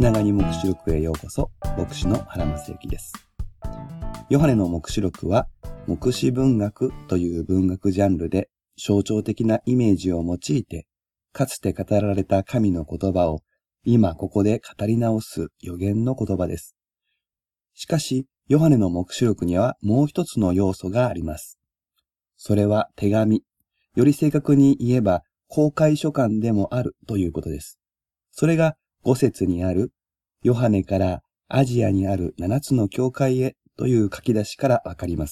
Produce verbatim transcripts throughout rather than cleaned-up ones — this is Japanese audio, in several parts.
ながに黙示録へようこそ。牧師の原正幸です。ヨハネの黙示録は黙示文学という文学ジャンルで象徴的なイメージを用いて、かつて語られた神の言葉を今ここで語り直す予言の言葉です。しかし、ヨハネの黙示録にはもう一つの要素があります。それは手紙、より正確に言えば公開書簡でもあるということです。それがご節にあるヨハネからアジアにある七つの教会へという書き出しからわかります。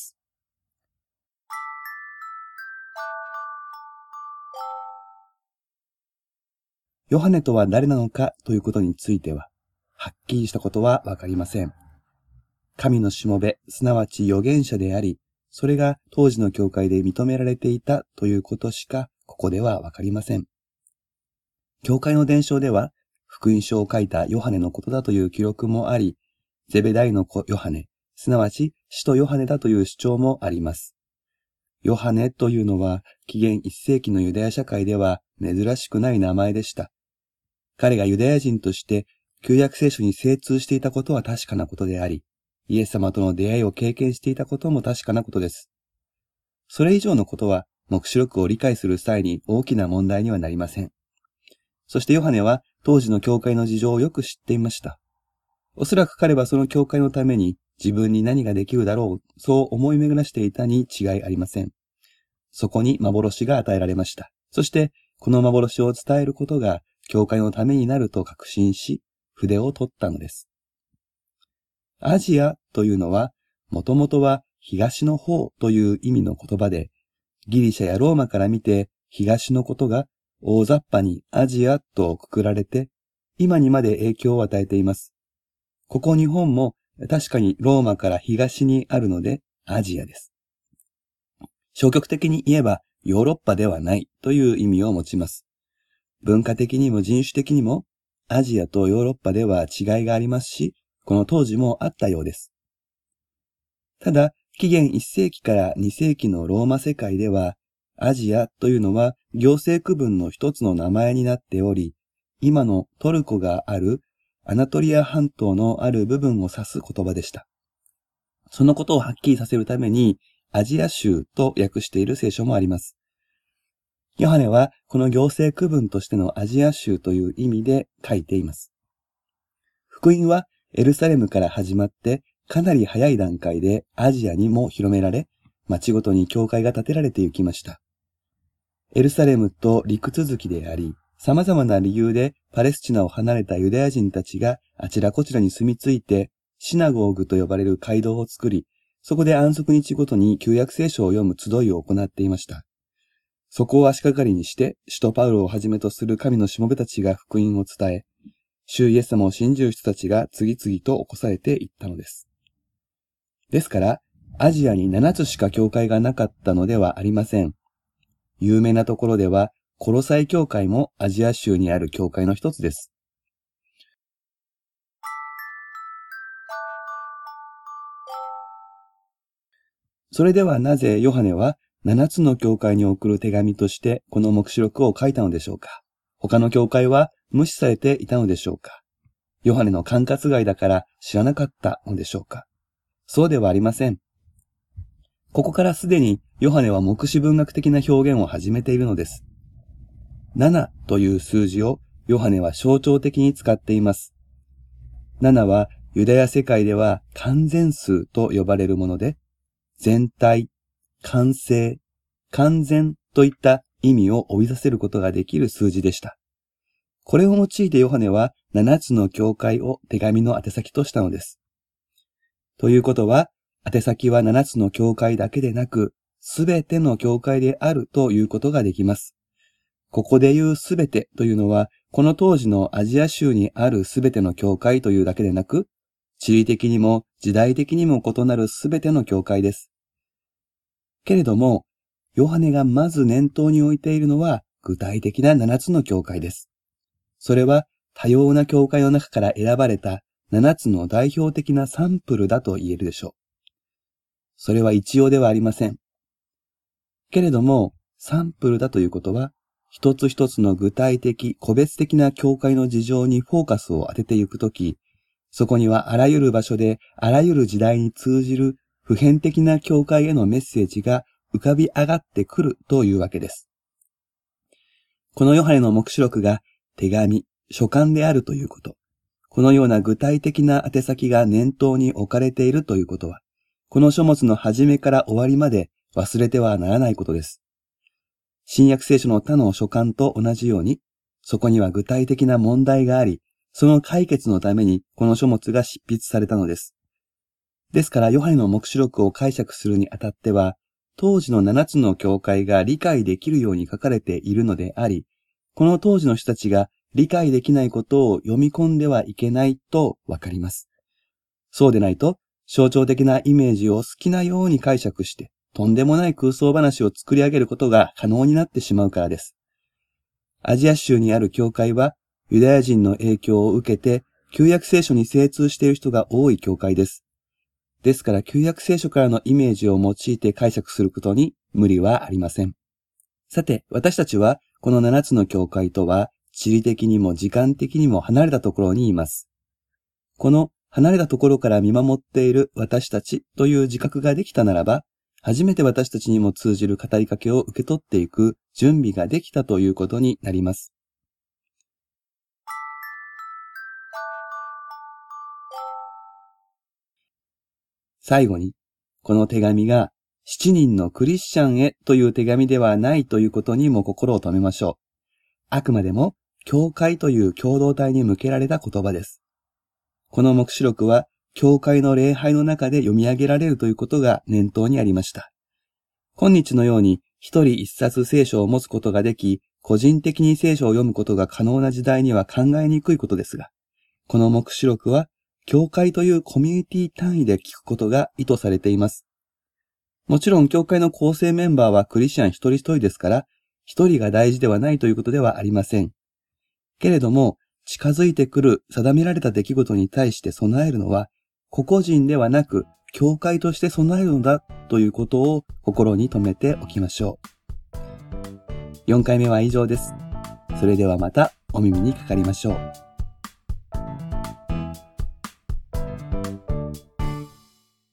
ヨハネとは誰なのかということについては、はっきりしたことはわかりません。神のしもべ、すなわち預言者であり、それが当時の教会で認められていたということしかここではわかりません。教会の伝承では、福音書を書いたヨハネのことだという記録もあり、ゼベダイの子ヨハネ、すなわち使徒ヨハネだという主張もあります。ヨハネというのは紀元いっ世紀のユダヤ社会では珍しくない名前でした。彼がユダヤ人として旧約聖書に精通していたことは確かなことであり、イエス様との出会いを経験していたことも確かなことです。それ以上のことは黙示録を理解する際に大きな問題にはなりません。そしてヨハネは当時の教会の事情をよく知っていました。おそらく彼はその教会のために自分に何ができるだろう、そう思い巡らしていたに違いありません。そこに幻が与えられました。そしてこの幻を伝えることが教会のためになると確信し、筆を取ったのです。アジアというのは、もともとは東の方という意味の言葉で、ギリシャやローマから見て東のことが大雑把にアジアとくくられて、今にまで影響を与えています。ここ日本も確かにローマから東にあるのでアジアです。消極的に言えばヨーロッパではないという意味を持ちます。文化的にも人種的にもアジアとヨーロッパでは違いがありますし、この当時もあったようです。ただ、紀元いっ世紀からに世紀のローマ世界では、アジアというのは行政区分の一つの名前になっており、今のトルコがあるアナトリア半島のある部分を指す言葉でした。そのことをはっきりさせるために、アジア州と訳している聖書もあります。ヨハネはこの行政区分としてのアジア州という意味で書いています。福音はエルサレムから始まってかなり早い段階でアジアにも広められ、町ごとに教会が建てられていきました。エルサレムと陸続きであり、様々な理由でパレスチナを離れたユダヤ人たちがあちらこちらに住み着いて、シナゴーグと呼ばれる街道を作り、そこで安息日ごとに旧約聖書を読む集いを行っていました。そこを足掛かりにして、使徒パウロをはじめとする神のしもべたちが福音を伝え、主イエス様を信じる人たちが次々と起こされていったのです。ですから、アジアにななつしか教会がなかったのではありません。有名なところでは、コロサイ教会もアジア州にある教会の一つです。それではなぜヨハネはななつの教会に送る手紙としてこの黙示録を書いたのでしょうか。他の教会は無視されていたのでしょうか。ヨハネの管轄外だから知らなかったのでしょうか。そうではありません。ここからすでにヨハネは黙示文学的な表現を始めているのです。ななという数字をヨハネは象徴的に使っています。ななはユダヤ世界では完全数と呼ばれるもので、全体、完成、完全といった意味を帯びさせることができる数字でした。これを用いてヨハネはななつの教会を手紙の宛先としたのです。ということは、宛先はななつの教会だけでなく、すべての教会であるということができます。ここで言うすべてというのは、この当時のアジア州にあるすべての教会というだけでなく、地理的にも時代的にも異なるすべての教会です。けれども、ヨハネがまず念頭に置いているのは具体的なななつの教会です。それは多様な教会の中から選ばれたななつの代表的なサンプルだと言えるでしょう。それは一様ではありません。けれども、サンプルだということは、 一つ一つの具体的、個別的な教会の事情にフォーカスを当てていくとき、そこにはあらゆる場所であらゆる時代に通じる普遍的な教会へのメッセージが浮かび上がってくるというわけです。このヨハネの黙示録が手紙、書簡であるということ、このような具体的な宛先が念頭に置かれているということは、この書物の始めから終わりまで忘れてはならないことです。新約聖書の他の書簡と同じように、そこには具体的な問題があり、その解決のためにこの書物が執筆されたのです。ですから、ヨハネの黙示録を解釈するにあたっては、当時の七つの教会が理解できるように書かれているのであり、この当時の人たちが理解できないことを読み込んではいけないとわかります。そうでないと、象徴的なイメージを好きなように解釈して、とんでもない空想話を作り上げることが可能になってしまうからです。アジア州にある教会は、ユダヤ人の影響を受けて、旧約聖書に精通している人が多い教会です。ですから、旧約聖書からのイメージを用いて解釈することに無理はありません。さて、私たちは、この七つの教会とは、地理的にも時間的にも離れたところにいます。この離れたところから見守っている私たちという自覚ができたならば、初めて私たちにも通じる語りかけを受け取っていく準備ができたということになります。最後に、この手紙が七人のクリスチャンへという手紙ではないということにも心を留めましょう。あくまでも、教会という共同体に向けられた言葉です。この黙示録は、教会の礼拝の中で読み上げられるということが念頭にありました。今日のように一人一冊聖書を持つことができ、個人的に聖書を読むことが可能な時代には考えにくいことですが、この黙示録は、教会というコミュニティ単位で聞くことが意図されています。もちろん教会の構成メンバーはクリスチャン一人一人ですから、一人が大事ではないということではありません。けれども、近づいてくる定められた出来事に対して備えるのは、個々人ではなく、教会として備えるのだということを心に留めておきましょう。よんかいめは以上です。それではまたお耳にかかりましょう。